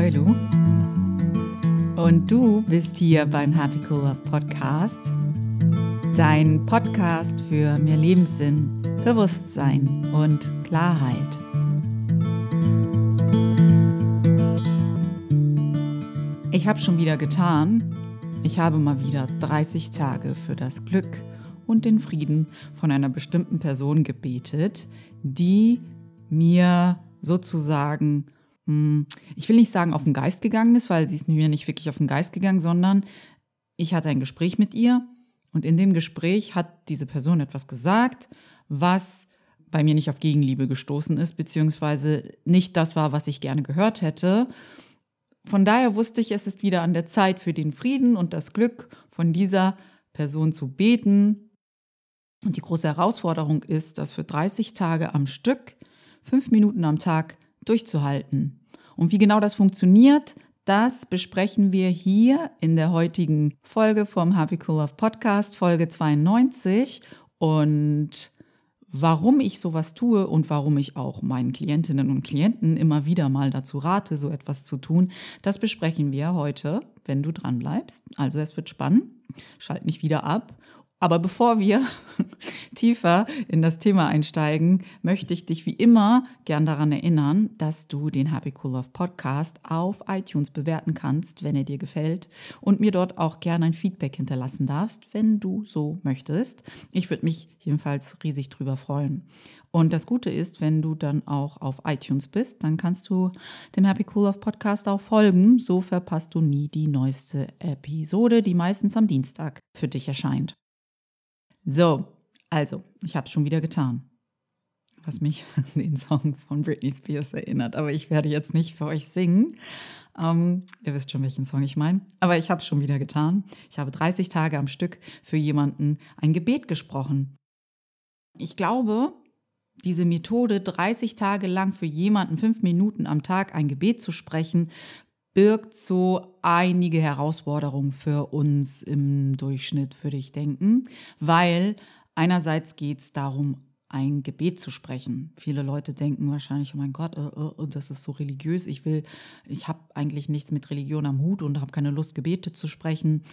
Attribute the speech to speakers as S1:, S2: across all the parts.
S1: Eulu und du bist hier beim Happy Cool Love Podcast, dein Podcast für mehr Lebenssinn, Bewusstsein und Klarheit. Ich habe schon wieder getan. Ich habe mal wieder 30 Tage für das Glück und den Frieden von einer bestimmten Person gebetet, die mir sozusagen, ich will nicht sagen auf den Geist gegangen ist, weil sie ist mir nicht wirklich auf den Geist gegangen, sondern ich hatte ein Gespräch mit ihr und in dem Gespräch hat diese Person etwas gesagt, was bei mir nicht auf Gegenliebe gestoßen ist, beziehungsweise nicht das war, was ich gerne gehört hätte. Von daher wusste ich, es ist wieder an der Zeit für den Frieden und das Glück von dieser Person zu beten. Und die große Herausforderung ist, das für 30 Tage am Stück, 5 Minuten am Tag durchzuhalten. Und wie genau das funktioniert, das besprechen wir hier in der heutigen Folge vom Happy Cool Love Podcast, Folge 92. Und warum ich sowas tue und warum ich auch meinen Klientinnen und Klienten immer wieder mal dazu rate, so etwas zu tun, das besprechen wir heute, wenn du dran bleibst. Also es wird spannend, schalt nicht wieder ab. Aber bevor wir tiefer in das Thema einsteigen, möchte ich dich wie immer gern daran erinnern, dass du den Happy Cool Love Podcast auf iTunes bewerten kannst, wenn er dir gefällt und mir dort auch gerne ein Feedback hinterlassen darfst, wenn du so möchtest. Ich würde mich jedenfalls riesig drüber freuen. Und das Gute ist, wenn du dann auch auf iTunes bist, dann kannst du dem Happy Cool Love Podcast auch folgen. So verpasst du nie die neueste Episode, die meistens am Dienstag für dich erscheint. So, also, ich habe es schon wieder getan, was mich an den Song von Britney Spears erinnert. Aber ich werde jetzt nicht für euch singen. Ihr wisst schon, welchen Song ich meine. Aber ich habe es schon wieder getan. Ich habe 30 Tage am Stück für jemanden ein Gebet gesprochen. Ich glaube, diese Methode, 30 Tage lang für jemanden 5 Minuten am Tag ein Gebet zu sprechen, birgt so einige Herausforderungen für uns im Durchschnitt, würde ich denken, weil einerseits geht es darum, ein Gebet zu sprechen. Viele Leute denken wahrscheinlich, oh mein Gott, das ist so religiös. Ich habe eigentlich nichts mit Religion am Hut und habe keine Lust, Gebete zu sprechen.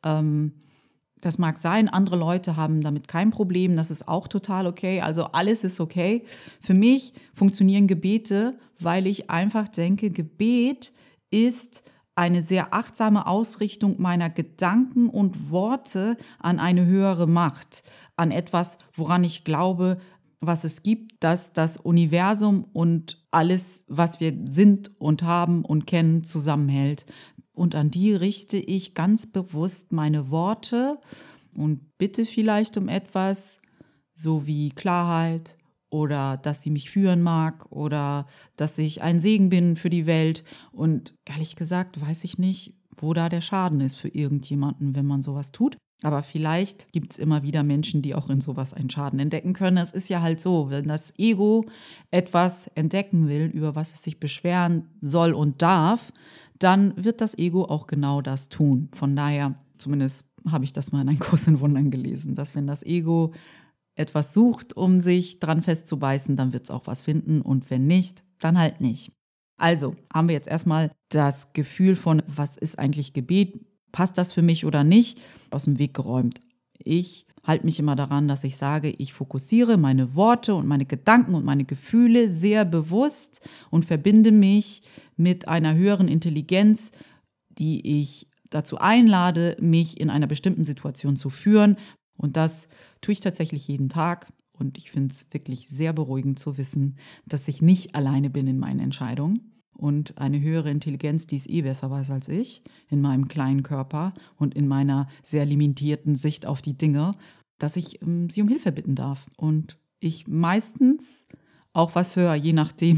S1: Das mag sein, andere Leute haben damit kein Problem, das ist auch total okay, also alles ist okay. Für mich funktionieren Gebete, weil ich einfach denke, Gebet ist eine sehr achtsame Ausrichtung meiner Gedanken und Worte an eine höhere Macht, an etwas, woran ich glaube, was es gibt, dass das Universum und alles, was wir sind und haben und kennen, zusammenhält. Und an die richte ich ganz bewusst meine Worte und bitte vielleicht um etwas, so wie Klarheit, oder dass sie mich führen mag oder dass ich ein Segen bin für die Welt. Und ehrlich gesagt weiß ich nicht, wo da der Schaden ist für irgendjemanden, wenn man sowas tut. Aber vielleicht gibt es immer wieder Menschen, die auch in sowas einen Schaden entdecken können. Es ist ja halt so, wenn das Ego etwas entdecken will, über was es sich beschweren soll und darf, dann wird das Ego auch genau das tun. Von daher, zumindest habe ich das mal in einem Kurs in Wundern gelesen, dass wenn das Ego etwas sucht, um sich dran festzubeißen, dann wird es auch was finden und wenn nicht, dann halt nicht. Also haben wir jetzt erstmal das Gefühl von, was ist eigentlich Gebet, passt das für mich oder nicht, aus dem Weg geräumt. Ich halte mich immer daran, dass ich sage, ich fokussiere meine Worte und meine Gedanken und meine Gefühle sehr bewusst und verbinde mich mit einer höheren Intelligenz, die ich dazu einlade, mich in einer bestimmten Situation zu führen. Und das tue ich tatsächlich jeden Tag und ich finde es wirklich sehr beruhigend zu wissen, dass ich nicht alleine bin in meinen Entscheidungen und eine höhere Intelligenz, die es besser weiß als ich, in meinem kleinen Körper und in meiner sehr limitierten Sicht auf die Dinge, dass ich sie um Hilfe bitten darf. Und ich meistens auch was höre, je nachdem,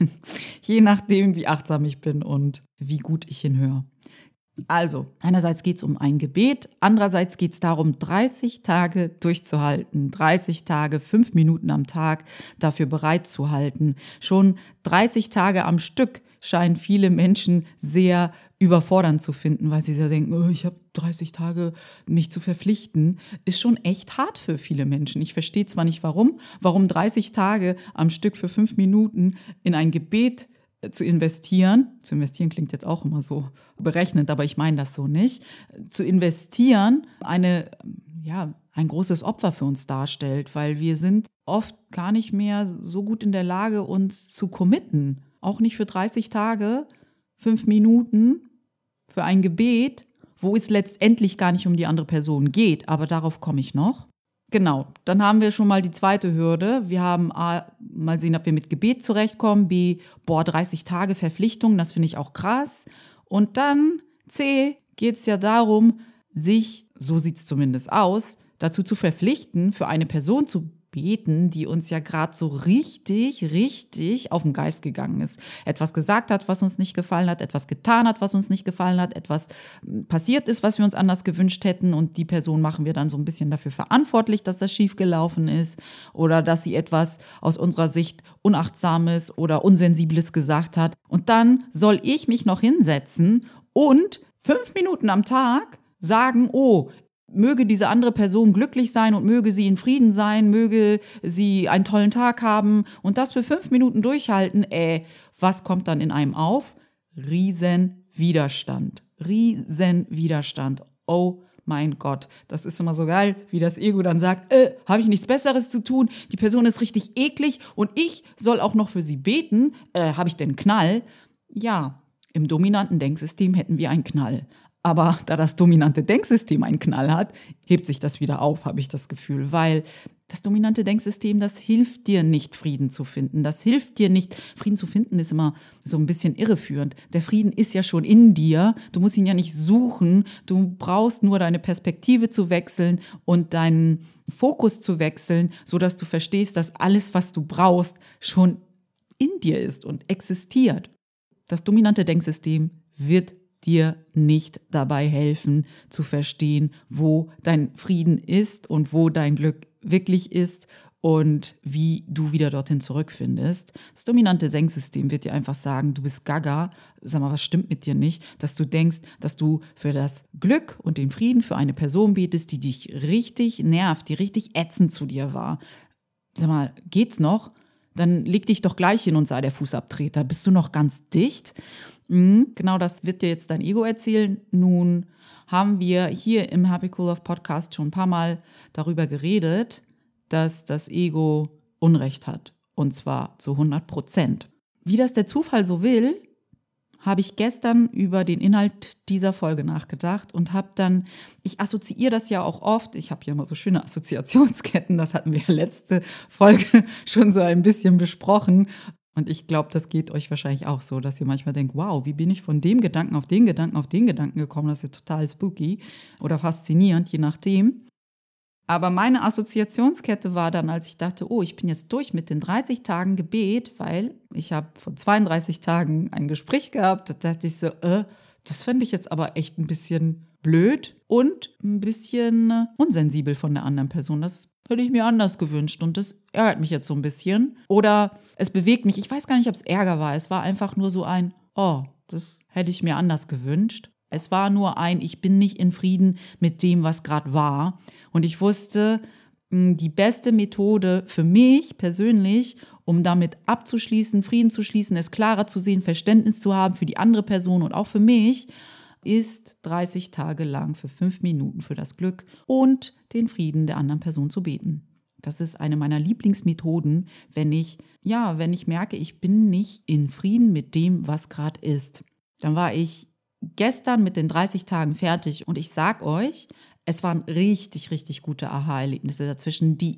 S1: wie achtsam ich bin und wie gut ich hinhöre. Also, einerseits geht es um ein Gebet, andererseits geht es darum, 30 Tage durchzuhalten, 30 Tage, 5 Minuten am Tag dafür bereit zu halten. Schon 30 Tage am Stück scheinen viele Menschen sehr überfordernd zu finden, weil sie so denken, oh, ich habe 30 Tage, mich zu verpflichten, ist schon echt hart für viele Menschen. Ich verstehe zwar nicht warum 30 Tage am Stück für 5 Minuten in ein Gebet zu investieren. Zu investieren klingt jetzt auch immer so berechnend, aber ich meine das so nicht. Zu investieren ein großes Opfer für uns darstellt, weil wir sind oft gar nicht mehr so gut in der Lage, uns zu committen. Auch nicht für 30 Tage, 5 Minuten für ein Gebet, wo es letztendlich gar nicht um die andere Person geht. Aber darauf komme ich noch. Genau, dann haben wir schon mal die zweite Hürde. Wir haben A, mal sehen, ob wir mit Gebet zurechtkommen. B, 30 Tage Verpflichtung, das finde ich auch krass. Und dann C, geht es ja darum, sich, so sieht es zumindest aus, dazu zu verpflichten, für eine Person zu beten, die uns ja gerade so richtig auf den Geist gegangen ist. Etwas gesagt hat, was uns nicht gefallen hat, etwas getan hat, was uns nicht gefallen hat, etwas passiert ist, was wir uns anders gewünscht hätten und die Person machen wir dann so ein bisschen dafür verantwortlich, dass das schiefgelaufen ist oder dass sie etwas aus unserer Sicht Unachtsames oder Unsensibles gesagt hat. Und dann soll ich mich noch hinsetzen und 5 Minuten am Tag sagen, oh, möge diese andere Person glücklich sein und möge sie in Frieden sein, möge sie einen tollen Tag haben und das für 5 Minuten durchhalten, was kommt dann in einem auf? Riesenwiderstand. Oh mein Gott, das ist immer so geil, wie das Ego dann sagt, habe ich nichts Besseres zu tun, die Person ist richtig eklig und ich soll auch noch für sie beten, habe ich denn einen Knall? Ja, im dominanten Denksystem hätten wir einen Knall. Aber da das dominante Denksystem einen Knall hat, hebt sich das wieder auf, habe ich das Gefühl. Weil das dominante Denksystem, das hilft dir nicht, Frieden zu finden. Das hilft dir nicht. Frieden zu finden ist immer so ein bisschen irreführend. Der Frieden ist ja schon in dir. Du musst ihn ja nicht suchen. Du brauchst nur deine Perspektive zu wechseln und deinen Fokus zu wechseln, sodass du verstehst, dass alles, was du brauchst, schon in dir ist und existiert. Das dominante Denksystem wird dir nicht dabei helfen, zu verstehen, wo dein Frieden ist und wo dein Glück wirklich ist und wie du wieder dorthin zurückfindest. Das dominante Denksystem wird dir einfach sagen, du bist gaga, sag mal, was stimmt mit dir nicht, dass du denkst, dass du für das Glück und den Frieden für eine Person betest, die dich richtig nervt, die richtig ätzend zu dir war. Sag mal, geht's noch? Dann leg dich doch gleich hin und sei der Fußabtreter. Bist du noch ganz dicht? Genau das wird dir jetzt dein Ego erzählen. Nun haben wir hier im Happy Cool Love Podcast schon ein paar Mal darüber geredet, dass das Ego Unrecht hat. Und zwar zu 100%. Wie das der Zufall so will, habe ich gestern über den Inhalt dieser Folge nachgedacht und ich assoziiere das ja auch oft, ich habe ja immer so schöne Assoziationsketten, das hatten wir ja letzte Folge schon so ein bisschen besprochen. Und ich glaube, das geht euch wahrscheinlich auch so, dass ihr manchmal denkt, wow, wie bin ich von dem Gedanken auf den Gedanken auf den Gedanken gekommen? Das ist ja total spooky oder faszinierend, je nachdem. Aber meine Assoziationskette war dann, als ich dachte, oh, ich bin jetzt durch mit den 30 Tagen Gebet, weil ich habe vor 32 Tagen ein Gespräch gehabt. Da dachte ich so, das fände ich jetzt aber echt ein bisschen blöd und ein bisschen unsensibel von der anderen Person. Das hätte ich mir anders gewünscht und das ärgert mich jetzt so ein bisschen. Oder es bewegt mich. Ich weiß gar nicht, ob es Ärger war. Es war einfach nur so ein, oh, das hätte ich mir anders gewünscht. Es war nur ich bin nicht in Frieden mit dem, was gerade war. Und ich wusste, die beste Methode für mich persönlich, um damit abzuschließen, Frieden zu schließen, es klarer zu sehen, Verständnis zu haben für die andere Person und auch für mich, ist 30 Tage lang für 5 Minuten für das Glück und den Frieden der anderen Person zu beten. Das ist eine meiner Lieblingsmethoden, wenn ich merke, ich bin nicht in Frieden mit dem, was gerade ist. Dann war ich gestern mit den 30 Tagen fertig und ich sag euch, es waren richtig gute Aha-Erlebnisse dazwischen, die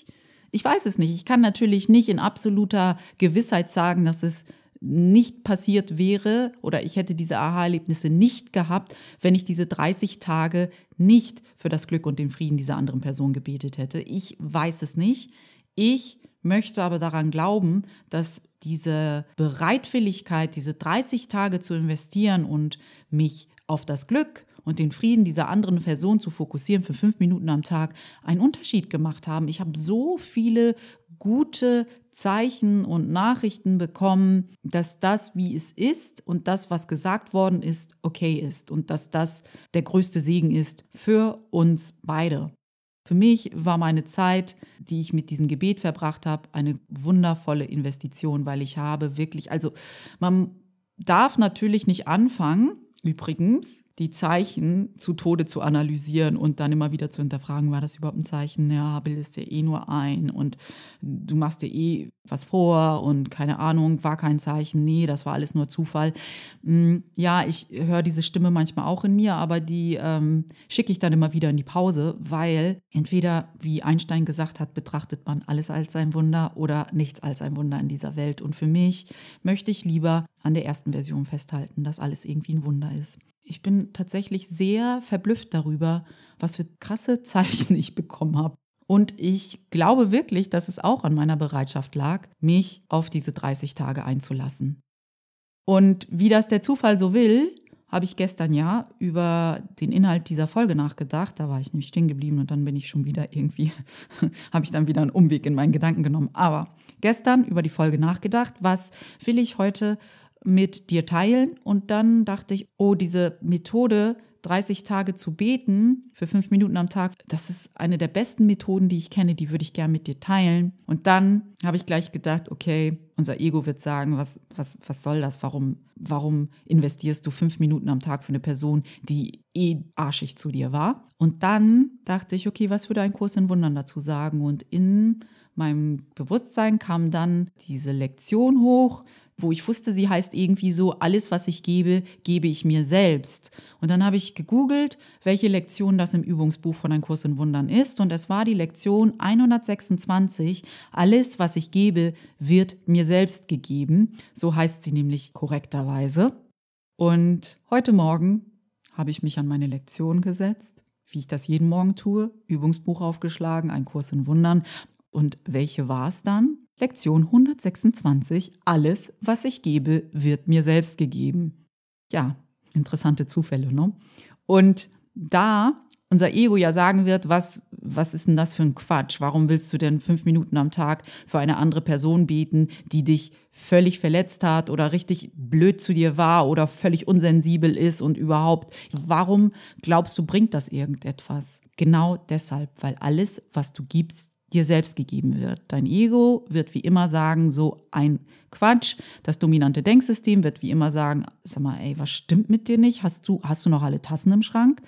S1: ich weiß es nicht, ich kann natürlich nicht in absoluter Gewissheit sagen, dass es nicht passiert wäre oder ich hätte diese Aha-Erlebnisse nicht gehabt, wenn ich diese 30 Tage nicht für das Glück und den Frieden dieser anderen Person gebetet hätte. Ich weiß es nicht. Ich möchte aber daran glauben, dass diese Bereitwilligkeit, diese 30 Tage zu investieren und mich auf das Glück und den Frieden dieser anderen Person zu fokussieren für 5 Minuten am Tag einen Unterschied gemacht haben. Ich habe so viele gute Zeichen und Nachrichten bekommen, dass das, wie es ist und das, was gesagt worden ist, okay ist und dass das der größte Segen ist für uns beide. Für mich war meine Zeit, die ich mit diesem Gebet verbracht habe, eine wundervolle Investition, weil ich habe wirklich, also man darf natürlich nicht anfangen, übrigens, die Zeichen zu Tode zu analysieren und dann immer wieder zu hinterfragen, war das überhaupt ein Zeichen? Ja, bildest dir eh nur ein und du machst dir eh was vor und keine Ahnung, war kein Zeichen, nee, das war alles nur Zufall. Ja, ich höre diese Stimme manchmal auch in mir, aber die schicke ich dann immer wieder in die Pause, weil entweder, wie Einstein gesagt hat, betrachtet man alles als ein Wunder oder nichts als ein Wunder in dieser Welt. Und für mich möchte ich lieber an der ersten Version festhalten, dass alles irgendwie ein Wunder ist. Ich bin tatsächlich sehr verblüfft darüber, was für krasse Zeichen ich bekommen habe. Und ich glaube wirklich, dass es auch an meiner Bereitschaft lag, mich auf diese 30 Tage einzulassen. Und wie das der Zufall so will, habe ich gestern ja über den Inhalt dieser Folge nachgedacht. Da war ich nämlich stehen geblieben und dann bin ich schon wieder irgendwie, habe ich dann wieder einen Umweg in meinen Gedanken genommen. Aber gestern über die Folge nachgedacht, was will ich heute mit dir teilen? Und dann dachte ich, oh, diese Methode, 30 Tage zu beten für 5 Minuten am Tag, das ist eine der besten Methoden, die ich kenne, die würde ich gerne mit dir teilen. Und dann habe ich gleich gedacht, okay, unser Ego wird sagen, was soll das? Warum investierst du 5 Minuten am Tag für eine Person, die arschig zu dir war? Und dann dachte ich, okay, was würde ein Kurs in Wundern dazu sagen? Und in meinem Bewusstsein kam dann diese Lektion hoch, wo ich wusste, sie heißt irgendwie so, alles, was ich gebe, gebe ich mir selbst. Und dann habe ich gegoogelt, welche Lektion das im Übungsbuch von Ein Kurs in Wundern ist. Und es war die Lektion 126, alles, was ich gebe, wird mir selbst gegeben. So heißt sie nämlich korrekterweise. Und heute Morgen habe ich mich an meine Lektion gesetzt, wie ich das jeden Morgen tue, Übungsbuch aufgeschlagen, Ein Kurs in Wundern. Und welche war es dann? Lektion 126, alles, was ich gebe, wird mir selbst gegeben. Ja, interessante Zufälle, ne? Und da unser Ego ja sagen wird, was ist denn das für ein Quatsch? Warum willst du denn 5 Minuten am Tag für eine andere Person beten, die dich völlig verletzt hat oder richtig blöd zu dir war oder völlig unsensibel ist und überhaupt, warum glaubst du, bringt das irgendetwas? Genau deshalb, weil alles, was du gibst, dir selbst gegeben wird. Dein Ego wird wie immer sagen, so ein Quatsch. Das dominante Denksystem wird wie immer sagen, sag mal, ey, was stimmt mit dir nicht? Hast du noch alle Tassen im Schrank?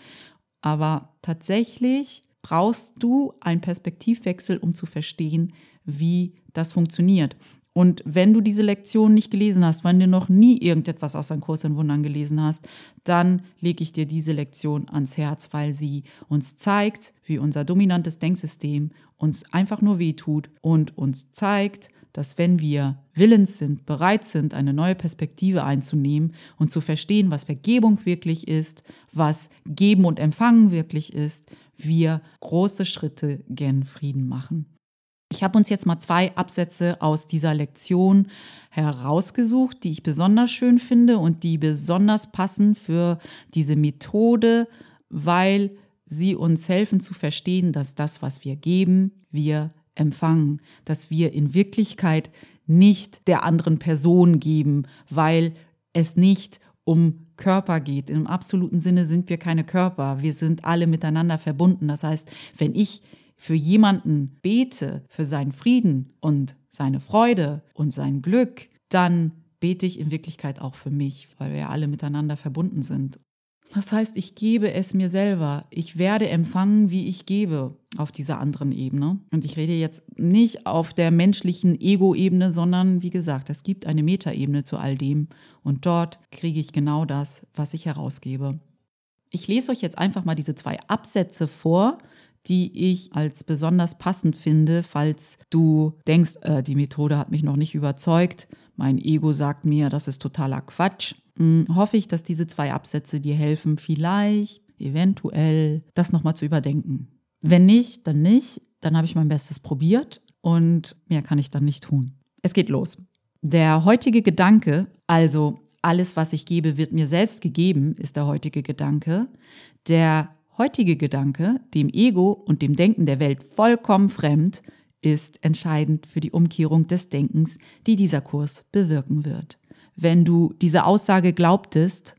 S1: Aber tatsächlich brauchst du einen Perspektivwechsel, um zu verstehen, wie das funktioniert. Und wenn du diese Lektion nicht gelesen hast, wenn du noch nie irgendetwas aus Ein Kurs in Wundern gelesen hast, dann lege ich dir diese Lektion ans Herz, weil sie uns zeigt, wie unser dominantes Denksystem uns einfach nur wehtut und uns zeigt, dass wenn wir willens sind, bereit sind, eine neue Perspektive einzunehmen und zu verstehen, was Vergebung wirklich ist, was Geben und Empfangen wirklich ist, wir große Schritte gen Frieden machen. Ich habe uns jetzt mal 2 Absätze aus dieser Lektion herausgesucht, die ich besonders schön finde und die besonders passen für diese Methode, weil sie uns helfen zu verstehen, dass das, was wir geben, wir empfangen, dass wir in Wirklichkeit nicht der anderen Person geben, weil es nicht um Körper geht. Im absoluten Sinne sind wir keine Körper, wir sind alle miteinander verbunden. Das heißt, wenn ich für jemanden bete, für seinen Frieden und seine Freude und sein Glück, dann bete ich in Wirklichkeit auch für mich, weil wir ja alle miteinander verbunden sind. Das heißt, ich gebe es mir selber. Ich werde empfangen, wie ich gebe auf dieser anderen Ebene. Und ich rede jetzt nicht auf der menschlichen Ego-Ebene, sondern wie gesagt, es gibt eine Metaebene zu all dem. Und dort kriege ich genau das, was ich herausgebe. Ich lese euch jetzt einfach mal diese 2 Absätze vor, die ich als besonders passend finde, falls du denkst, die Methode hat mich noch nicht überzeugt, mein Ego sagt mir, das ist totaler Quatsch. Hoffe ich, dass diese 2 Absätze dir helfen, vielleicht, eventuell, das nochmal zu überdenken. Wenn nicht, dann habe ich mein Bestes probiert und mehr kann ich dann nicht tun. Es geht los. Der heutige Gedanke, also alles, was ich gebe, wird mir selbst gegeben, ist der heutige Gedanke. Der heutige Gedanke, dem Ego und dem Denken der Welt vollkommen fremd, ist entscheidend für die Umkehrung des Denkens, die dieser Kurs bewirken wird. Wenn du diese Aussage glaubtest,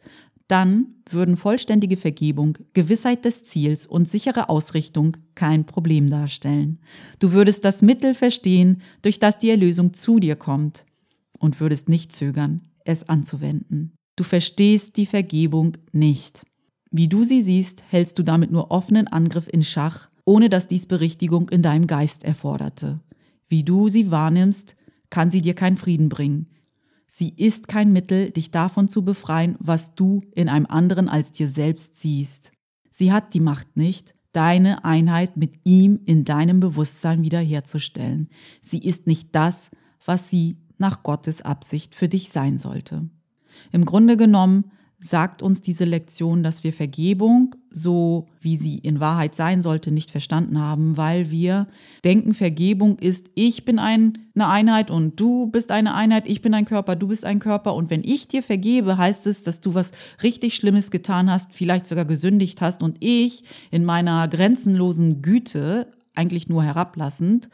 S1: dann würden vollständige Vergebung, Gewissheit des Ziels und sichere Ausrichtung kein Problem darstellen. Du würdest das Mittel verstehen, durch das die Erlösung zu dir kommt und würdest nicht zögern, es anzuwenden. Du verstehst die Vergebung nicht. Wie du sie siehst, hältst du damit nur offenen Angriff in Schach, ohne dass dies Berichtigung in deinem Geist erforderte. Wie du sie wahrnimmst, kann sie dir keinen Frieden bringen. Sie ist kein Mittel, dich davon zu befreien, was du in einem anderen als dir selbst siehst. Sie hat die Macht nicht, deine Einheit mit ihm in deinem Bewusstsein wiederherzustellen. Sie ist nicht das, was sie nach Gottes Absicht für dich sein sollte. Im Grunde genommen sagt uns diese Lektion, dass wir Vergebung, so wie sie in Wahrheit sein sollte, nicht verstanden haben, weil wir denken, Vergebung ist, ich bin eine Einheit und du bist eine Einheit, ich bin ein Körper, du bist ein Körper. Und wenn ich dir vergebe, heißt es, dass du was richtig Schlimmes getan hast, vielleicht sogar gesündigt hast und ich in meiner grenzenlosen Güte, eigentlich nur herablassend,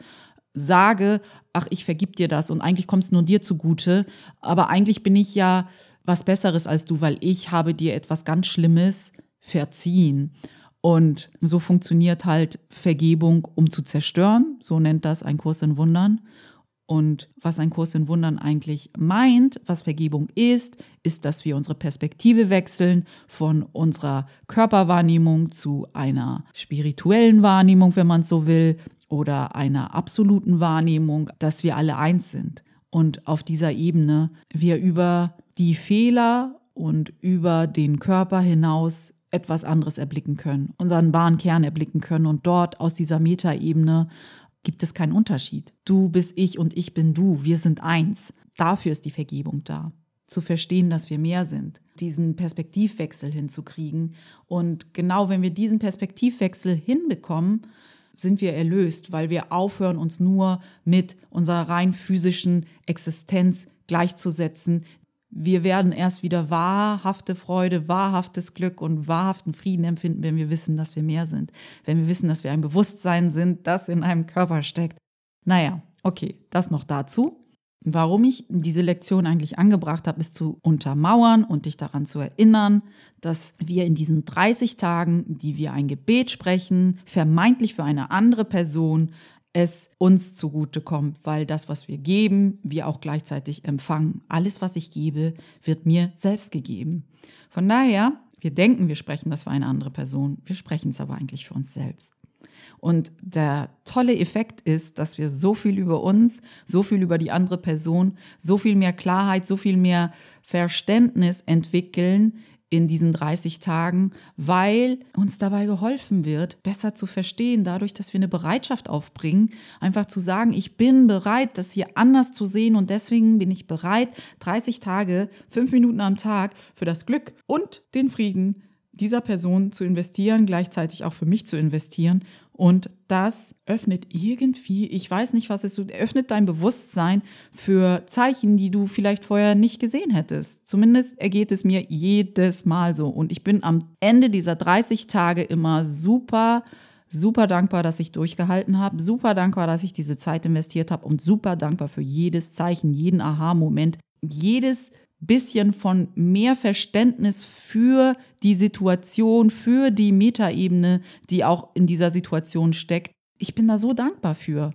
S1: sage, ach, ich vergib dir das und eigentlich kommt es nur dir zugute, aber eigentlich bin ich ja was Besseres als du, weil ich habe dir etwas ganz Schlimmes verziehen. Und so funktioniert halt Vergebung, um zu zerstören. So nennt das ein Kurs in Wundern. Und was ein Kurs in Wundern eigentlich meint, was Vergebung ist, dass wir unsere Perspektive wechseln von unserer Körperwahrnehmung zu einer spirituellen Wahrnehmung, wenn man es so will, oder einer absoluten Wahrnehmung, dass wir alle eins sind. Und auf dieser Ebene wir über die Fehler und über den Körper hinaus etwas anderes erblicken können, unseren wahren Kern erblicken können. Und dort aus dieser Metaebene gibt es keinen Unterschied. Du bist ich und ich bin du. Wir sind eins. Dafür ist die Vergebung da. Zu verstehen, dass wir mehr sind. Diesen Perspektivwechsel hinzukriegen. Und genau wenn wir diesen Perspektivwechsel hinbekommen, sind wir erlöst, weil wir aufhören, uns nur mit unserer rein physischen Existenz gleichzusetzen. Wir werden erst wieder wahrhafte Freude, wahrhaftes Glück und wahrhaften Frieden empfinden, wenn wir wissen, dass wir mehr sind. Wenn wir wissen, dass wir ein Bewusstsein sind, das in einem Körper steckt. Naja, okay, das noch dazu. Warum ich diese Lektion eigentlich angebracht habe, ist zu untermauern und dich daran zu erinnern, dass wir in diesen 30 Tagen, die wir ein Gebet sprechen, vermeintlich für eine andere Person, es uns zugutekommt, weil das, was wir geben, wir auch gleichzeitig empfangen. Alles, was ich gebe, wird mir selbst gegeben. Von daher, wir denken, wir sprechen das für eine andere Person, wir sprechen es aber eigentlich für uns selbst. Und der tolle Effekt ist, dass wir so viel über uns, so viel über die andere Person, so viel mehr Klarheit, so viel mehr Verständnis entwickeln in diesen 30 Tagen, weil uns dabei geholfen wird, besser zu verstehen, dadurch, dass wir eine Bereitschaft aufbringen, einfach zu sagen, ich bin bereit, das hier anders zu sehen und deswegen bin ich bereit, 30 Tage, 5 Minuten am Tag für das Glück und den Frieden dieser Person zu investieren, gleichzeitig auch für mich zu investieren. Und das öffnet irgendwie, ich weiß nicht, was es ist, öffnet dein Bewusstsein für Zeichen, die du vielleicht vorher nicht gesehen hättest. Zumindest ergeht es mir jedes Mal so. Und ich bin am Ende dieser 30 Tage immer super dankbar, dass ich durchgehalten habe, super dankbar, dass ich diese Zeit investiert habe und super dankbar für jedes Zeichen, jeden Aha-Moment, jedes bisschen von mehr Verständnis für die Situation, für die Metaebene, die auch in dieser Situation steckt. Ich bin da so dankbar für.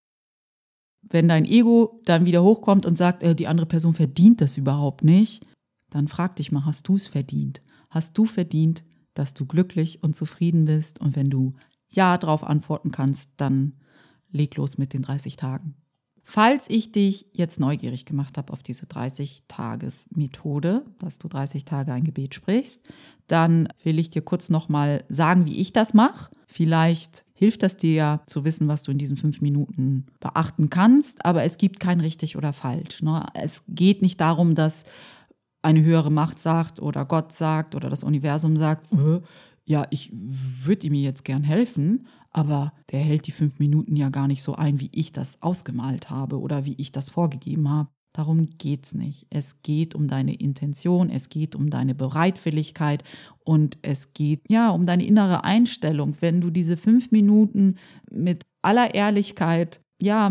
S1: Wenn dein Ego dann wieder hochkommt und sagt, die andere Person verdient das überhaupt nicht, dann frag dich mal, hast du es verdient? Hast du verdient, dass du glücklich und zufrieden bist? Und wenn du ja darauf antworten kannst, dann leg los mit den 30 Tagen. Falls ich dich jetzt neugierig gemacht habe auf diese 30-Tages-Methode, dass du 30 Tage ein Gebet sprichst, dann will ich dir kurz nochmal sagen, wie ich das mache. Vielleicht hilft das dir ja zu wissen, was du in diesen 5 Minuten beachten kannst, aber es gibt kein richtig oder falsch. Es geht nicht darum, dass eine höhere Macht sagt oder Gott sagt oder das Universum sagt, ja, ich würde ihm jetzt gern helfen, aber der hält die 5 Minuten ja gar nicht so ein, wie ich das ausgemalt habe oder wie ich das vorgegeben habe. Darum geht's nicht. Es geht um deine Intention, es geht um deine Bereitwilligkeit und es geht ja um deine innere Einstellung. Wenn du diese 5 Minuten mit aller Ehrlichkeit, ja, mit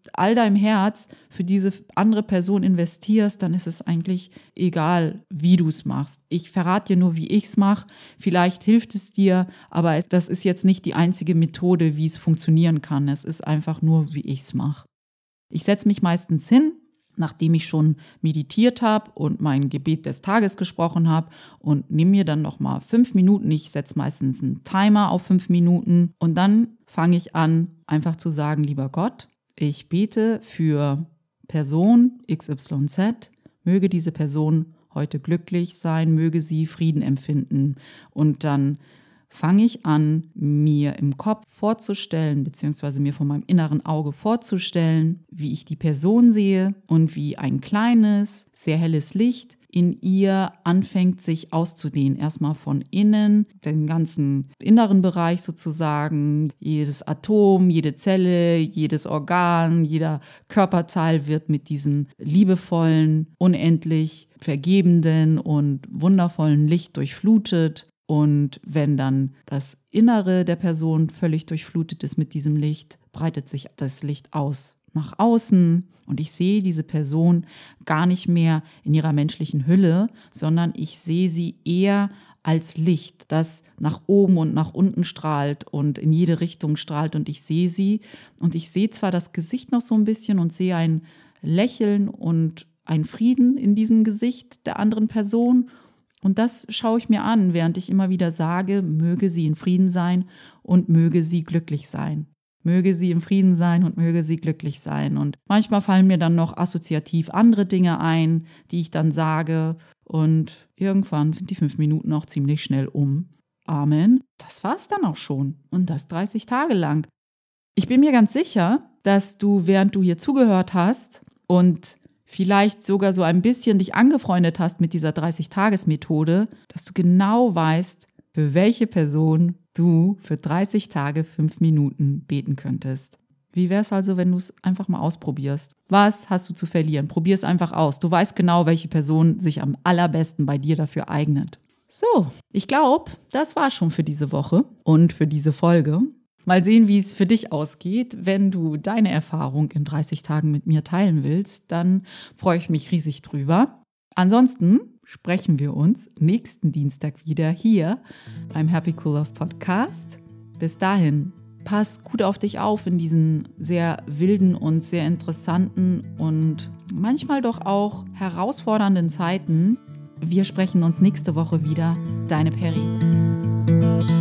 S1: all deinem Herz für diese andere Person investierst, dann ist es eigentlich egal, wie du es machst. Ich verrate dir nur, wie ich es mache. Vielleicht hilft es dir, aber das ist jetzt nicht die einzige Methode, wie es funktionieren kann. Es ist einfach nur, wie ich es mache. Ich setze mich meistens hin, nachdem ich schon meditiert habe und mein Gebet des Tages gesprochen habe und nehme mir dann nochmal 5 Minuten. Ich setze meistens einen Timer auf 5 Minuten und dann fange ich an, einfach zu sagen, lieber Gott, ich bete für Person XYZ, möge diese Person heute glücklich sein, möge sie Frieden empfinden. Und dann fange ich an, mir im Kopf vorzustellen, beziehungsweise mir vor meinem inneren Auge vorzustellen, wie ich die Person sehe und wie ein kleines, sehr helles Licht in ihr anfängt, sich auszudehnen. Erstmal von innen, den ganzen inneren Bereich sozusagen. Jedes Atom, jede Zelle, jedes Organ, jeder Körperteil wird mit diesem liebevollen, unendlich vergebenden und wundervollen Licht durchflutet. Und wenn dann das Innere der Person völlig durchflutet ist mit diesem Licht, breitet sich das Licht aus nach außen und ich sehe diese Person gar nicht mehr in ihrer menschlichen Hülle, sondern ich sehe sie eher als Licht, das nach oben und nach unten strahlt und in jede Richtung strahlt und ich sehe sie und ich sehe zwar das Gesicht noch so ein bisschen und sehe ein Lächeln und einen Frieden in diesem Gesicht der anderen Person. Und das schaue ich mir an, während ich immer wieder sage, möge sie in Frieden sein und möge sie glücklich sein. Möge sie im Frieden sein und möge sie glücklich sein. Und manchmal fallen mir dann noch assoziativ andere Dinge ein, die ich dann sage. Und irgendwann sind die 5 Minuten auch ziemlich schnell um. Amen. Das war's dann auch schon. Und das 30 Tage lang. Ich bin mir ganz sicher, dass du, während du hier zugehört hast und vielleicht sogar so ein bisschen dich angefreundet hast mit dieser 30-Tages-Methode, dass du genau weißt, für welche Person du für 30 Tage 5 Minuten beten könntest. Wie wäre es also, wenn du es einfach mal ausprobierst? Was hast du zu verlieren? Probier es einfach aus. Du weißt genau, welche Person sich am allerbesten bei dir dafür eignet. So, ich glaube, das war schon für diese Woche und für diese Folge. Mal sehen, wie es für dich ausgeht. Wenn du deine Erfahrung in 30 Tagen mit mir teilen willst, dann freue ich mich riesig drüber. Ansonsten sprechen wir uns nächsten Dienstag wieder hier beim Happy Cool Love Podcast. Bis dahin, pass gut auf dich auf in diesen sehr wilden und sehr interessanten und manchmal doch auch herausfordernden Zeiten. Wir sprechen uns nächste Woche wieder. Deine Peri.